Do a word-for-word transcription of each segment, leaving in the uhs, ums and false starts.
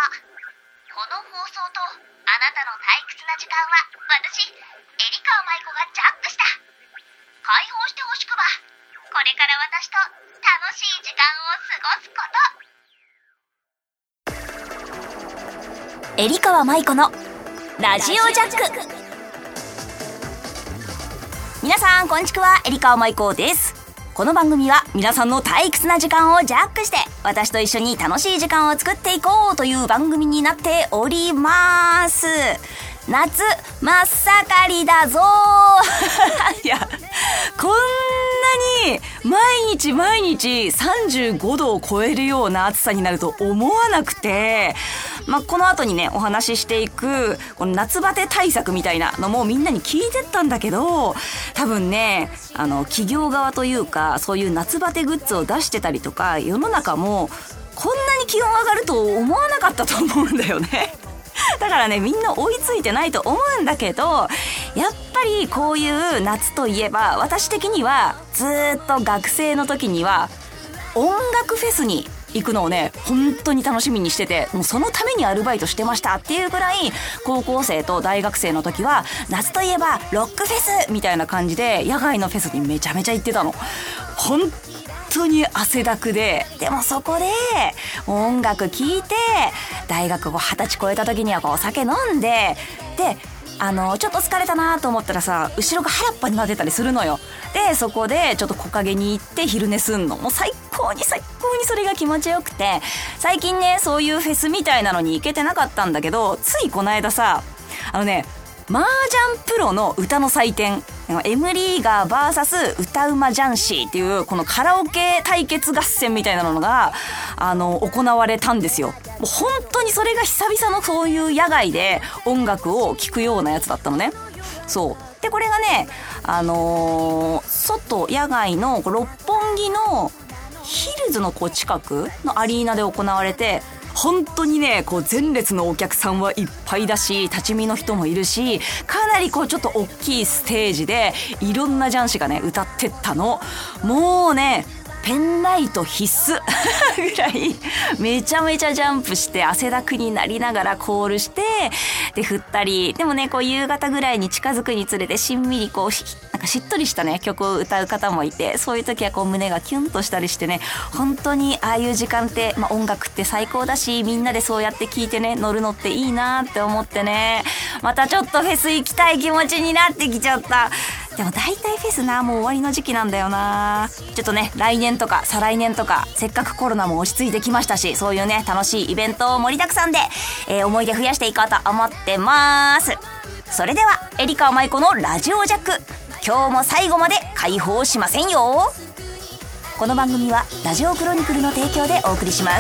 この放送とあなたの退屈な時間は私、エリカ舞子がジャックした。解放してほしくば、これから私と楽しい時間を過ごすこと。 エリカ舞子のラジオジャック。皆さんこんにちは、エリカ舞子です。この番組は皆さんの退屈な時間をジャックして私と一緒に楽しい時間を作っていこうという番組になっております。夏真っ盛りだぞいや、こんなに毎日毎日さんじゅうごどを超えるような暑さになると思わなくて、まあ、この後にねお話ししていくこの夏バテ対策みたいなのもみんなに聞いてったんだけど、多分ねあの企業側というかそういう夏バテグッズを出してたりとか世の中もこんなに気温上がると思わなかったと思うんだよねだからねみんな追いついてないと思うんだけど、やっぱりこういう夏といえば私的にはずっと学生の時には音楽フェスに行くのをね本当に楽しみにしてて、もうそのためにアルバイトしてましたっていうぐらい高校生と大学生の時は夏といえばロックフェスみたいな感じで野外のフェスにめちゃめちゃ行ってたの。本当に汗だくで、でもそこで音楽聴いて大学後二十歳超えた時にはこうお酒飲んで、であのちょっと疲れたなと思ったらさ後ろが原っぱになってたりするのよ。でそこでちょっと木陰に行って昼寝すんの、もう最高に最高にそれが気持ちよくて、最近ねそういうフェスみたいなのに行けてなかったんだけど、ついこの間さあのね麻雀プロの歌の祭典、エムリーガー ブイエス 歌うまジャンシーっていうこのカラオケ対決合戦みたいなのがあの行われたんですよ。もう本当にそれが久々のそういう野外で音楽を聴くようなやつだったのね。そうでこれがねあのー、外野外の六本木のヒルズのこう近くのアリーナで行われて、本当にねこう前列のお客さんはいっぱいだし立ち見の人もいるし、かなりこうちょっと大きいステージでいろんな雀士がね歌ってったの。もうねペンライト必須ぐらいめちゃめちゃジャンプして汗だくになりながらコールしてで振ったり、でもねこう夕方ぐらいに近づくにつれてしんみりこうなんかしっとりしたね曲を歌う方もいて、そういう時はこう胸がキュンとしたりしてね、本当にああいう時間って、まあ、音楽って最高だし、みんなでそうやって聴いてね乗るのっていいなって思ってね、またちょっとフェス行きたい気持ちになってきちゃった。でも大体フェスなもう終わりの時期なんだよな。ちょっとね来年とか再来年とかせっかくコロナも落ち着いてきましたし、そういうね楽しいイベントを盛りだくさんで、えー、思い出増やしていこうと思ってます。それではエリカ舞子のラジオジャック、今日も最後まで解放しませんよ。この番組はラジオクロニクルの提供でお送りします。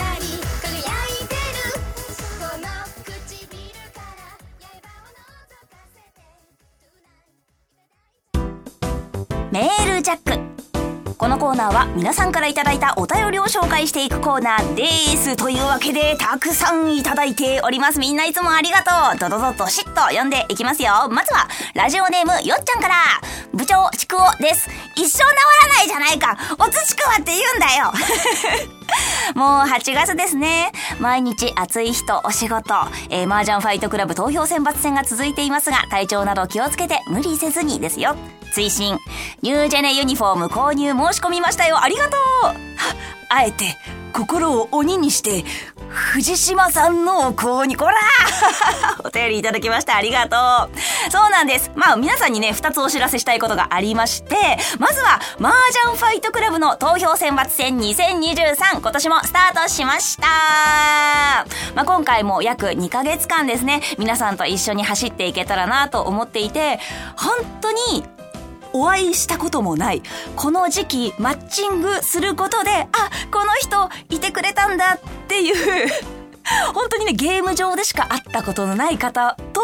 メールジャック。このコーナーは皆さんからいただいたお便りを紹介していくコーナーです。というわけでたくさんいただいております。みんないつもありがとう。ドドドドシッと読んでいきますよ。まずはラジオネームよっちゃんから。部長ちくおです。一生治らないじゃないか、おつちくわって言うんだよもうはちがつですね。毎日暑い日とお仕事、えー、麻雀ファイトクラブ投票選抜戦が続いていますが、体調など気をつけて無理せずにですよ。追伸ニュージェネユニフォーム購入申し込みましたよ。ありがとう。あえて心を鬼にして藤島さんのお香にこらお便りいただきました。ありがとう。そうなんです。まあ皆さんにねふたつお知らせしたいことがありまして、まずは麻雀ファイトクラブの投票選抜戦にせんにじゅうさん、今年もスタートしました。まあ今回も約にかげつかんですね、皆さんと一緒に走っていけたらなと思っていて、本当にお会いしたこともないこの時期マッチングすることで、あ、この人いてくれたんだっていう本当にねゲーム上でしか会ったことのない方と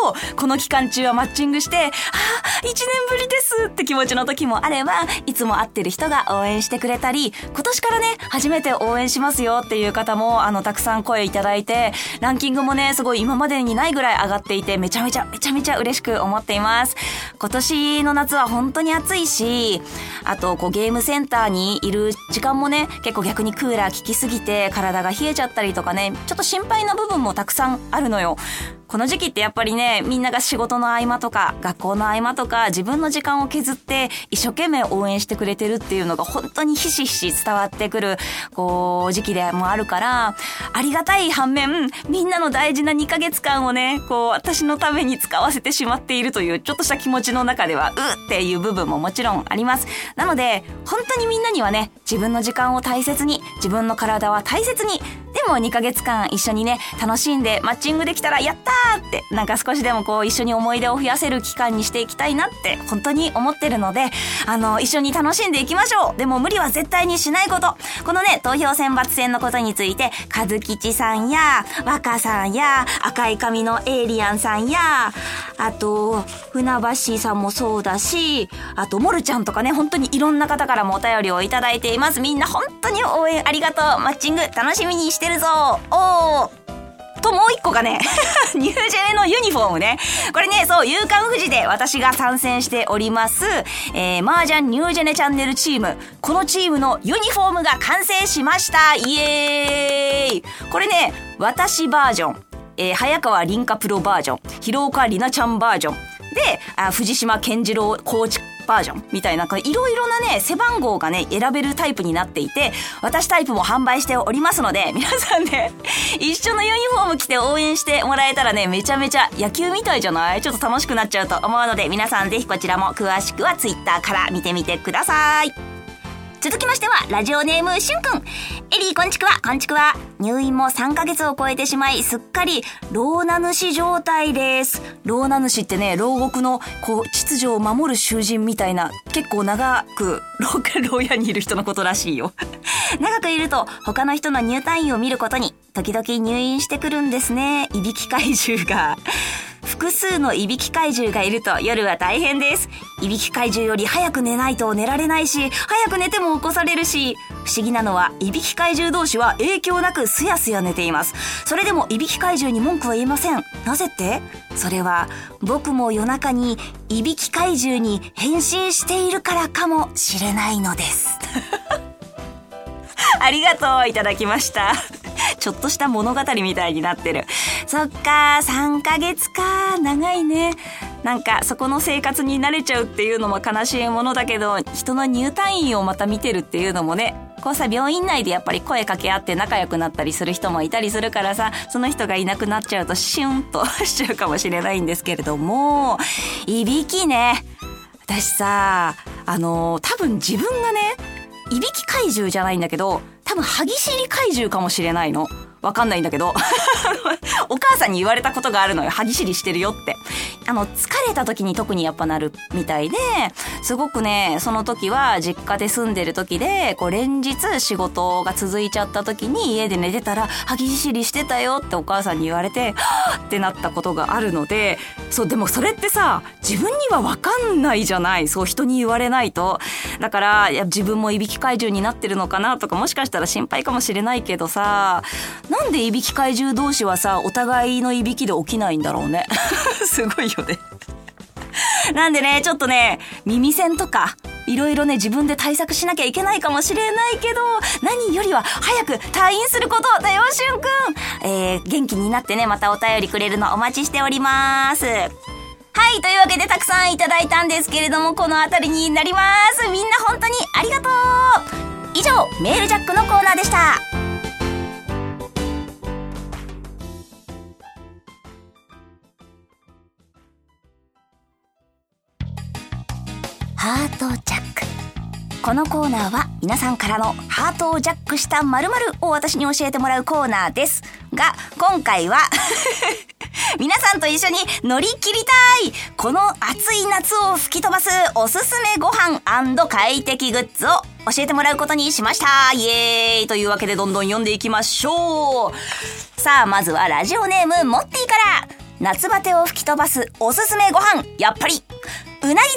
ど、この期間中はマッチングして、あー、一年ぶりですって気持ちの時もあれば、いつも会ってる人が応援してくれたり、今年からね、初めて応援しますよっていう方も、あの、たくさん声いただいて、ランキングもね、すごい今までにないぐらい上がっていて、めちゃめちゃ、めちゃめちゃ嬉しく思っています。今年の夏は本当に暑いし、あと、こう、ゲームセンターにいる時間もね、結構逆にクーラー効きすぎて、体が冷えちゃったりとかね、ちょっと心配な部分もたくさんあるのよ。この時期ってやっぱりね、みんなが仕事の合間とか学校の合間とか自分の時間を削って一生懸命応援してくれてるっていうのが本当にひしひし伝わってくるこう時期でもあるから、ありがたい反面、みんなの大事なにかげつかんをね、こう私のために使わせてしまっているというちょっとした気持ちの中ではうっていう部分ももちろんあります。なので本当にみんなにはね、自分の時間を大切に、自分の体は大切に、でもにかげつかん一緒にね、楽しんでマッチングできたらやったーって、なんか少しでもこう一緒に思い出を増やせる期間にしていきたいなって本当に思ってるので、あの一緒に楽しんでいきましょう。でも無理は絶対にしないこと。このね、投票選抜戦のことについて、かずきちさんや若さんや赤い髪のエイリアンさんや、あと船橋さんもそうだし、あとモルちゃんとかね、本当にいろんな方からもお便りをいただいています。みんな本当に応援ありがとう。マッチング楽しみにしてるぞ。おーともう一個がねニュージェネのユニフォームね。これね、そう、夕刊フジで私が参戦しております、えー、麻雀ニュージェネチャンネルチーム、このチームのユニフォームが完成しました。イエーイ。これね、私バージョン、えー、早川凛香プロバージョン、広岡里奈ちゃんバージョンで、あ、藤島健次郎コーチバージョンみたいな、いろいろなね、背番号がね、選べるタイプになっていて、私タイプも販売しておりますので、皆さんね、一緒のユニフォーム着て応援してもらえたらね、めちゃめちゃ野球みたいじゃない？ちょっと楽しくなっちゃうと思うので、皆さんぜひこちらも詳しくはツイッターから見てみてください。続きましては、ラジオネームしゅんくん。エリー、こんちくわ、こんちくわ。入院もさんかげつを超えてしまい、すっかり老名主状態です。老名主ってね、牢獄のこう秩序を守る囚人みたいな、結構長く牢屋にいる人のことらしいよ。長くいると他の人の入退院を見ることに、時々入院してくるんですね、いびき怪獣が。複数のいびき怪獣がいると夜は大変です。いびき怪獣より早く寝ないと寝られないし、早く寝ても起こされるし、不思議なのはいびき怪獣同士は影響なくすやすや寝ています。それでもいびき怪獣に文句は言えません。なぜって？それは僕も夜中にいびき怪獣に変身しているからかもしれないのです。ありがとう、いただきました。ちょっとした物語みたいになってる。そっか、さんかげつか、長いね。なんかそこの生活に慣れちゃうっていうのも悲しいものだけど、人の入退院をまた見てるっていうのもね、こうさ、病院内でやっぱり声かけ合って仲良くなったりする人もいたりするからさ、その人がいなくなっちゃうとシュンとしちゃうかもしれないんですけれども、いびきね。私さ、あのー、多分自分がね、いびき怪獣じゃないんだけど、多分歯ぎしり怪獣かもしれないの。わかんないんだけどお母さんに言われたことがあるのよ。歯ぎしりしてるよって。あの疲れた時に特にやっぱなるみたいで、すごくね、その時は実家で住んでる時で、こう連日仕事が続いちゃった時に家で寝てたら歯ぎしりしてたよってお母さんに言われて、はぁってなったことがあるので、そう、でもそれってさ、自分にはわかんないじゃない。そう、人に言われないと。だからいや自分もいびき怪獣になってるのかなとか、もしかしたら心配かもしれないけどさ、なんでいびき怪獣同士はさ、お互いのいびきで起きないんだろうね。すごいよね。なんでね、ちょっとね、耳栓とかいろいろね、自分で対策しなきゃいけないかもしれないけど、何よりは早く退院することだよ、しゅんくん。えー、元気になってね、またお便りくれるのお待ちしております。はい、というわけでたくさんいただいたんですけれども、このあたりになります。みんな本当にありがとう。以上、メールジャックのコーナーでした。ハートジャック。このコーナーは皆さんからのハートをジャックした〇〇を私に教えてもらうコーナーですが、今回は皆さんと一緒に乗り切りたいこの暑い夏を吹き飛ばすおすすめご飯&快適グッズを教えてもらうことにしました。イエーイ。というわけでどんどん読んでいきましょう。さあ、まずはラジオネームモッティから。 夏バテを吹き飛ばすおすすめご飯、やっぱりうなぎです。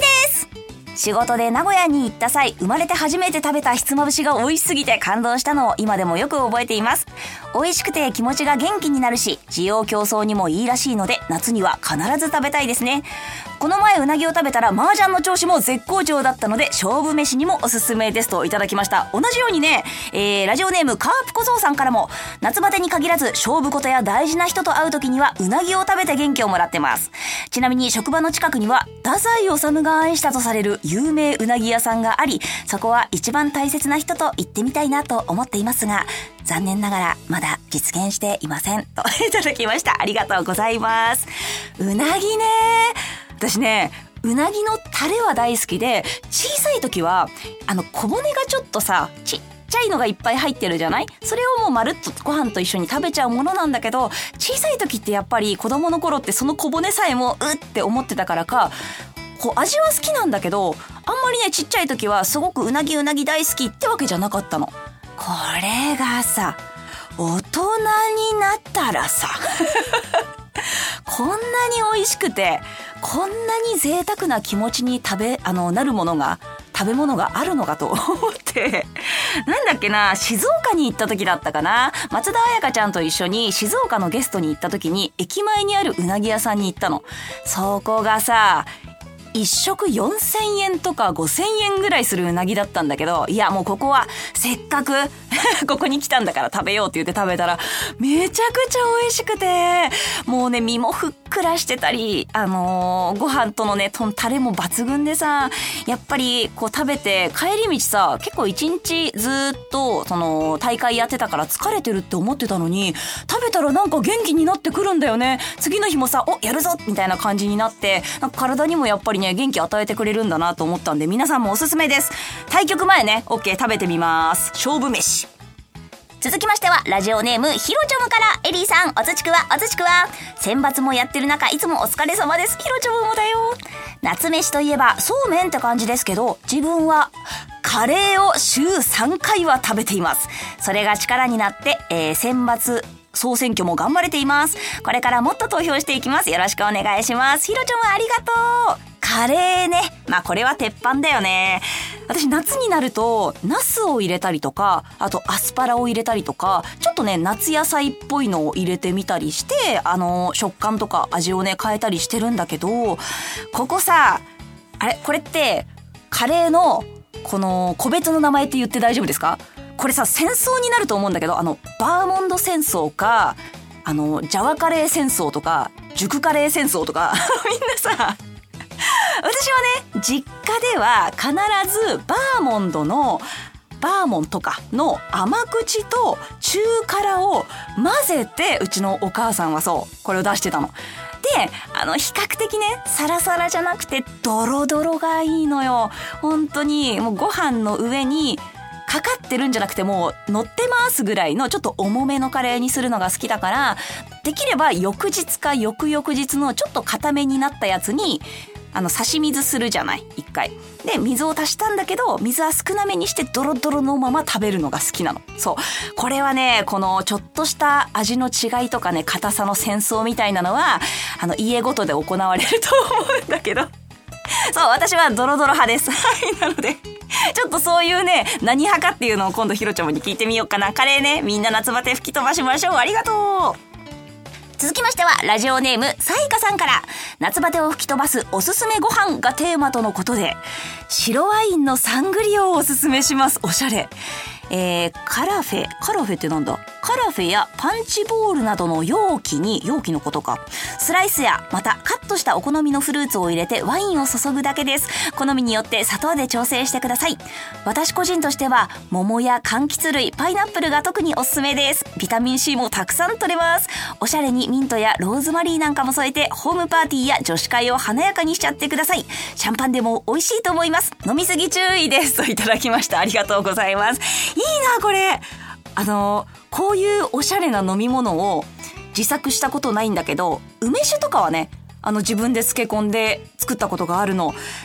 仕事で名古屋に行った際、生まれて初めて食べたひつまぶしが美味しすぎて感動したのを今でもよく覚えています。美味しくて気持ちが元気になるし、滋養強壮にもいいらしいので、夏には必ず食べたいですね。この前うなぎを食べたら麻雀の調子も絶好調だったので、勝負飯にもおすすめですといただきました。同じようにね、えー、ラジオネームカープ小僧さんからも、夏バテに限らず勝負事や大事な人と会う時にはうなぎを食べて元気をもらってます。ちなみに職場の近くには太宰治が愛したとされる有名うなぎ屋さんがあり、そこは一番大切な人と行ってみたいなと思っていますが、残念ながらまだ実現していませんといただきました。ありがとうございます。うなぎね、私ね、うなぎのタレは大好きで、小さい時はあの小骨がちょっとさ、ちっちゃいのがいっぱい入ってるじゃない？それをもうまるっとご飯と一緒に食べちゃうものなんだけど、小さい時ってやっぱり子供の頃ってその小骨さえもうって思ってたからか、こう味は好きなんだけど、あんまりね、ちっちゃい時はすごくうなぎうなぎ大好きってわけじゃなかったの。これがさ、大人になったらさこんなに美味しくて、こんなに贅沢な気持ちに食べあのなるものが食べ物があるのかと思ってなんだっけな、静岡に行った時だったかな、松田彩香ちゃんと一緒に静岡のゲストに行った時に駅前にあるうなぎ屋さんに行ったの。そこがさ、一食よんせんえんとかごせんえんぐらいするうなぎだったんだけど、いやもうここはせっかくここに来たんだから食べようって言って食べたら、めちゃくちゃ美味しくて、もうね、身もふっくらしてたり、あのー、ご飯とのね、タレも抜群でさ、やっぱりこう食べて帰り道さ、結構一日ずっとその大会やってたから疲れてるって思ってたのに、食べたらなんか元気になってくるんだよね。次の日もさ、お、やるぞみたいな感じになって、なんか体にもやっぱりね、元気与えてくれるんだなと思ったんで、皆さんもおすすめです。対局前ね、 OK、 食べてみます。勝負飯。続きましてはラジオネームひろちょむから、エリーさん、おつちくわおつちくわ、選抜もやってる中いつもお疲れ様です。ひろちょむもだよ。夏飯といえばそうめんって感じですけど、自分はカレーを週さんかいは食べています。それが力になって、えー、選抜総選挙も頑張れています。これからもっと投票していきます。よろしくお願いします。ひろちょむありがとう。カレーね、まあこれは鉄板だよね。私夏になるとナスを入れたりとか、あとアスパラを入れたりとか、ちょっとね夏野菜っぽいのを入れてみたりして、あの食感とか味をね変えたりしてるんだけど、ここさ、あれこれってカレーのこの個別の名前って言って大丈夫ですか？これさ、戦争になると思うんだけど、あのバーモンド戦争か、あのジャワカレー戦争とか熟カレー戦争とかみんなさ、私はね、実家では必ずバーモンドのバーモンとかの甘口と中辛を混ぜて、うちのお母さんはそうこれを出してたので、あの比較的ねサラサラじゃなくてドロドロがいいのよ。本当にもうご飯の上にかかってるんじゃなくて、もう乗ってますぐらいのちょっと重めのカレーにするのが好きだから、できれば翌日か翌々日のちょっと固めになったやつにあの差し水するじゃない、一回で水を足したんだけど、水は少なめにしてドロドロのまま食べるのが好きなの。そう、これはね、このちょっとした味の違いとかね、硬さの戦争みたいなのはあの家ごとで行われると思うんだけどそう、私はドロドロ派ですはいなのでちょっとそういうね、何派かっていうのを今度ひろちゃんに聞いてみようかな。カレーね、みんな夏バテ吹き飛ばしましょう。ありがとう。続きましてはラジオネームさいかさんから、夏バテを吹き飛ばすおすすめご飯がテーマとのことで、白ワインのサングリアをおすすめします。おしゃれ。えー、カラフェカラフェってなんだカラフェやパンチボールなどの容器に、容器のことか、スライスやまたカットしたお好みのフルーツを入れてワインを注ぐだけです。好みによって砂糖で調整してください。私個人としては桃や柑橘類、パイナップルが特におすすめです。ビタミン C もたくさん取れます。おしゃれにミントやローズマリーなんかも添えて、ホームパーティーや女子会を華やかにしちゃってください。シャンパンでも美味しいと思います。飲みすぎ注意ですといただきました。ありがとうございます。いいなこれ。あのこういうおしゃれな飲み物を自作したことないんだけど、梅酒とかはね、あの自分で漬け込んで作ったことがあるの。サン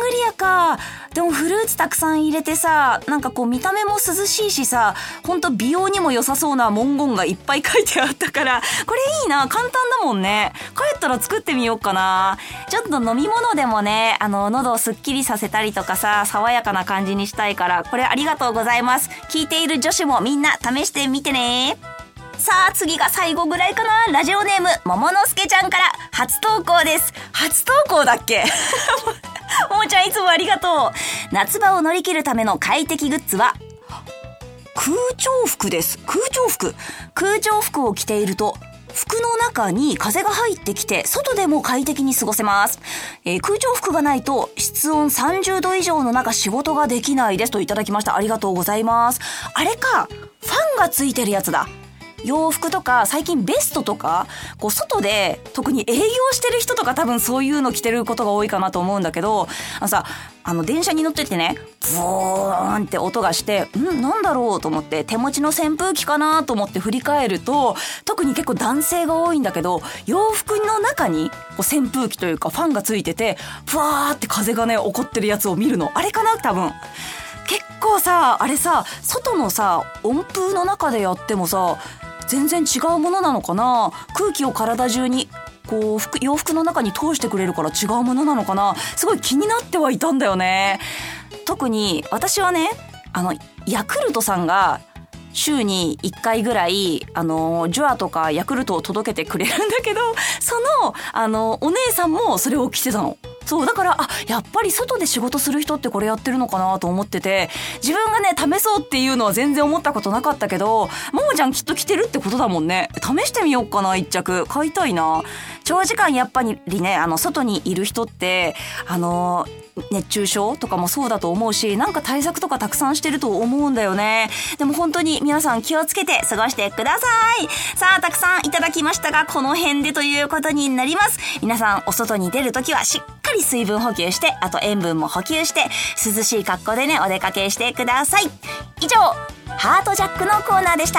グリアか。でもフルーツたくさん入れてさ、なんかこう見た目も涼しいしさ、ほんと美容にも良さそうな文言がいっぱい書いてあったから、これいいな、簡単だもんね。帰ったら作ってみようかな。ちょっと飲み物でもね、あの喉をすっきりさせたりとかさ、爽やかな感じにしたいから、これありがとうございます。聞いている女子もみんな試してみてね。さあ次が最後ぐらいかな。ラジオネームもものすけちゃんから初投稿です。初投稿だっけももちゃんいつもありがとう。夏場を乗り切るための快適グッズは空調服です。空調服空調服を着ていると服の中に風が入ってきて外でも快適に過ごせます、えー、空調服がないと室温さんじゅうど以上の中仕事ができないですといただきました。ありがとうございます。あれか、ファンがついてるやつだ。洋服とか最近ベストとかこう外で特に営業してる人とか多分そういうの着てることが多いかなと思うんだけど、あのさ、あの電車に乗っててね、ブーンって音がしてんなんだろうと思って手持ちの扇風機かなと思って振り返ると、特に結構男性が多いんだけど洋服の中にこう扇風機というかファンがついててブワーって風がね起こってるやつを見るの。あれかな多分。結構さあれさ外のさ温風の中でやってもさ全然違うものなのかな。空気を体中にこう服洋服の中に通してくれるから違うものなのかな。すごい気になってはいたんだよね。特に私はね、あのヤクルトさんが週にいっかいぐらいあのジュアとかヤクルトを届けてくれるんだけど、そのあのお姉さんもそれを着てたの。そうだから、あ、やっぱり外で仕事する人ってこれやってるのかなと思ってて、自分がね試そうっていうのは全然思ったことなかったけど、ももちゃんきっと着てるってことだもんね。試してみようかな。一着買いたいな。長時間やっぱりね、あの外にいる人ってあの熱中症とかもそうだと思うし、なんか対策とかたくさんしてると思うんだよね。でも本当に皆さん気をつけて過ごしてください。さあたくさんいただきましたが、この辺でということになります。皆さんお外に出るときはしっかり水分補給して、あと塩分も補給して涼しい格好でねお出かけしてください。以上、ハートジャックのコーナーでした。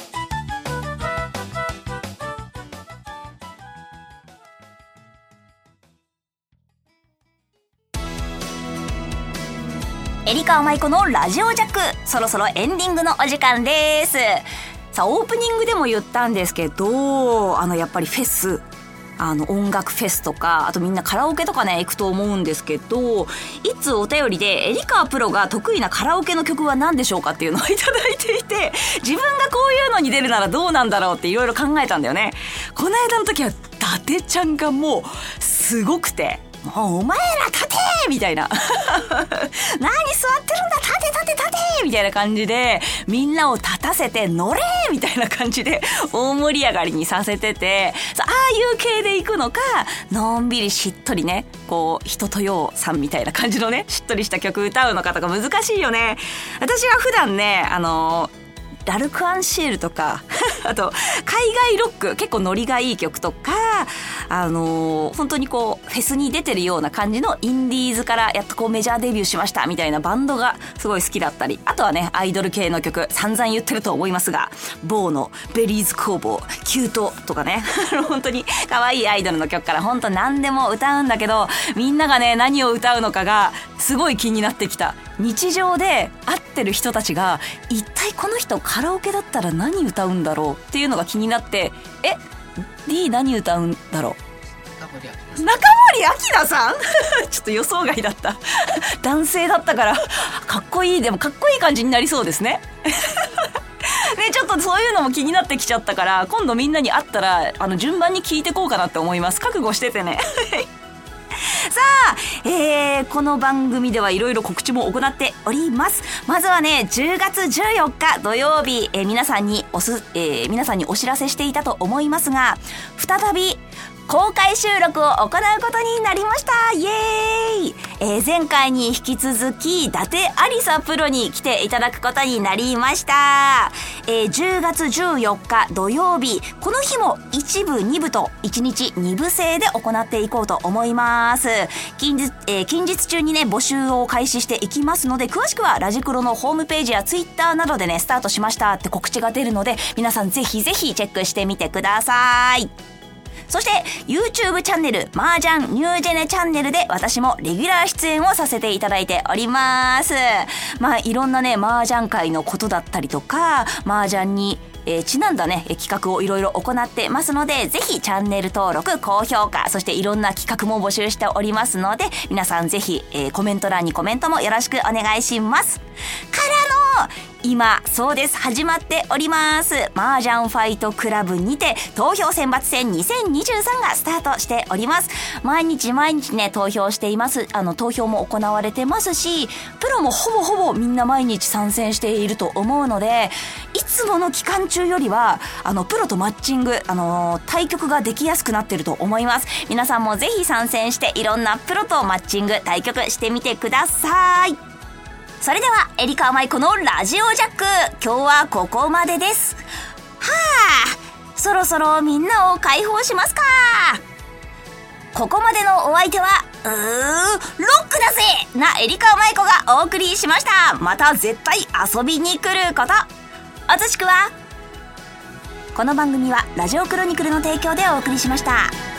エリカオマイコのラジオジャック、そろそろエンディングのお時間です。さあオープニングでも言ったんですけど、あのやっぱりフェス、あの音楽フェスとか、あとみんなカラオケとかね行くと思うんですけど、いつお便りでエリカプロが得意なカラオケの曲は何でしょうかっていうのをいただいていて、自分がこういうのに出るならどうなんだろうっていろいろ考えたんだよね。この間の時は伊達ちゃんがもうすごくて、もうお前ら立てーみたいな何座ってるんだ、立て立て立てみたいな感じでみんなを立たせて乗れーみたいな感じで大盛り上がりにさせてて、ああいう系で行くのか、のんびりしっとりね、こう人とようさんみたいな感じのねしっとりした曲歌うのかとか難しいよね。私は普段ね、あのーラルクアンシエルとかあと海外ロック、結構ノリがいい曲とか、あのー、本当にこうフェスに出てるような感じのインディーズからやっとこうメジャーデビューしましたみたいなバンドがすごい好きだったり、あとはねアイドル系の曲、散々言ってると思いますが、ボーのベリーズ工房、キュートとかね本当に可愛いアイドルの曲から本当何でも歌うんだけど、みんながね何を歌うのかがすごい気になってきた。日常で会ってる人たちが一体この人カラオケだったら何歌うんだろうっていうのが気になって、え D 何歌うんだろう。中森明菜さんちょっと予想外だった男性だったからかっこいい、でもかっこいい感じになりそうですねね、ちょっとそういうのも気になってきちゃったから、今度みんなに会ったらあの順番に聞いてこうかなって思います。覚悟しててねさあ、えー、この番組ではいろいろ告知も行っております。まずはね、じゅうがつじゅうよっか土曜日、えー、皆さんにおす、えー、皆さんにお知らせしていたと思いますが、再び公開収録を行うことになりました。イエーイ、えー、前回に引き続き伊達ありさプロに来ていただくことになりました。えー、じゅうがつじゅうよっか土曜日、この日も一部二部といちにちにぶ制で行っていこうと思います。近日、えー、近日中にね募集を開始していきますので、詳しくはラジクロのホームページやツイッターなどでねスタートしましたって告知が出るので、皆さんぜひぜひチェックしてみてください。 そして YouTube チャンネル麻雀ニュージェネチャンネルで私もレギュラー出演をさせていただいております。まあいろんなね麻雀界のことだったりとか麻雀にえー、ちなんだね企画をいろいろ行ってますので、ぜひチャンネル登録高評価、そしていろんな企画も募集しておりますので、皆さんぜひ、えー、コメント欄にコメントもよろしくお願いしますからの今そうです始まっております麻雀ファイトクラブにて投票選抜戦にせんにじゅうさんがスタートしております。毎日毎日ね投票しています。あの投票も行われてますし、プロもほぼほぼみんな毎日参戦していると思うので、いつもの期間中よりはあのプロとマッチング、あのー、対局ができやすくなっていると思います。皆さんもぜひ参戦していろんなプロとマッチング対局してみてください。それではエリカ舞子のラジオジャック、今日はここまでです。はあ、そろそろみんなを解放しますか。ここまでのお相手はうーロックだぜなエリカ舞子がお送りしました。また絶対遊びに来ること。おつしくは。この番組はラジオクロニクルの提供でお送りしました。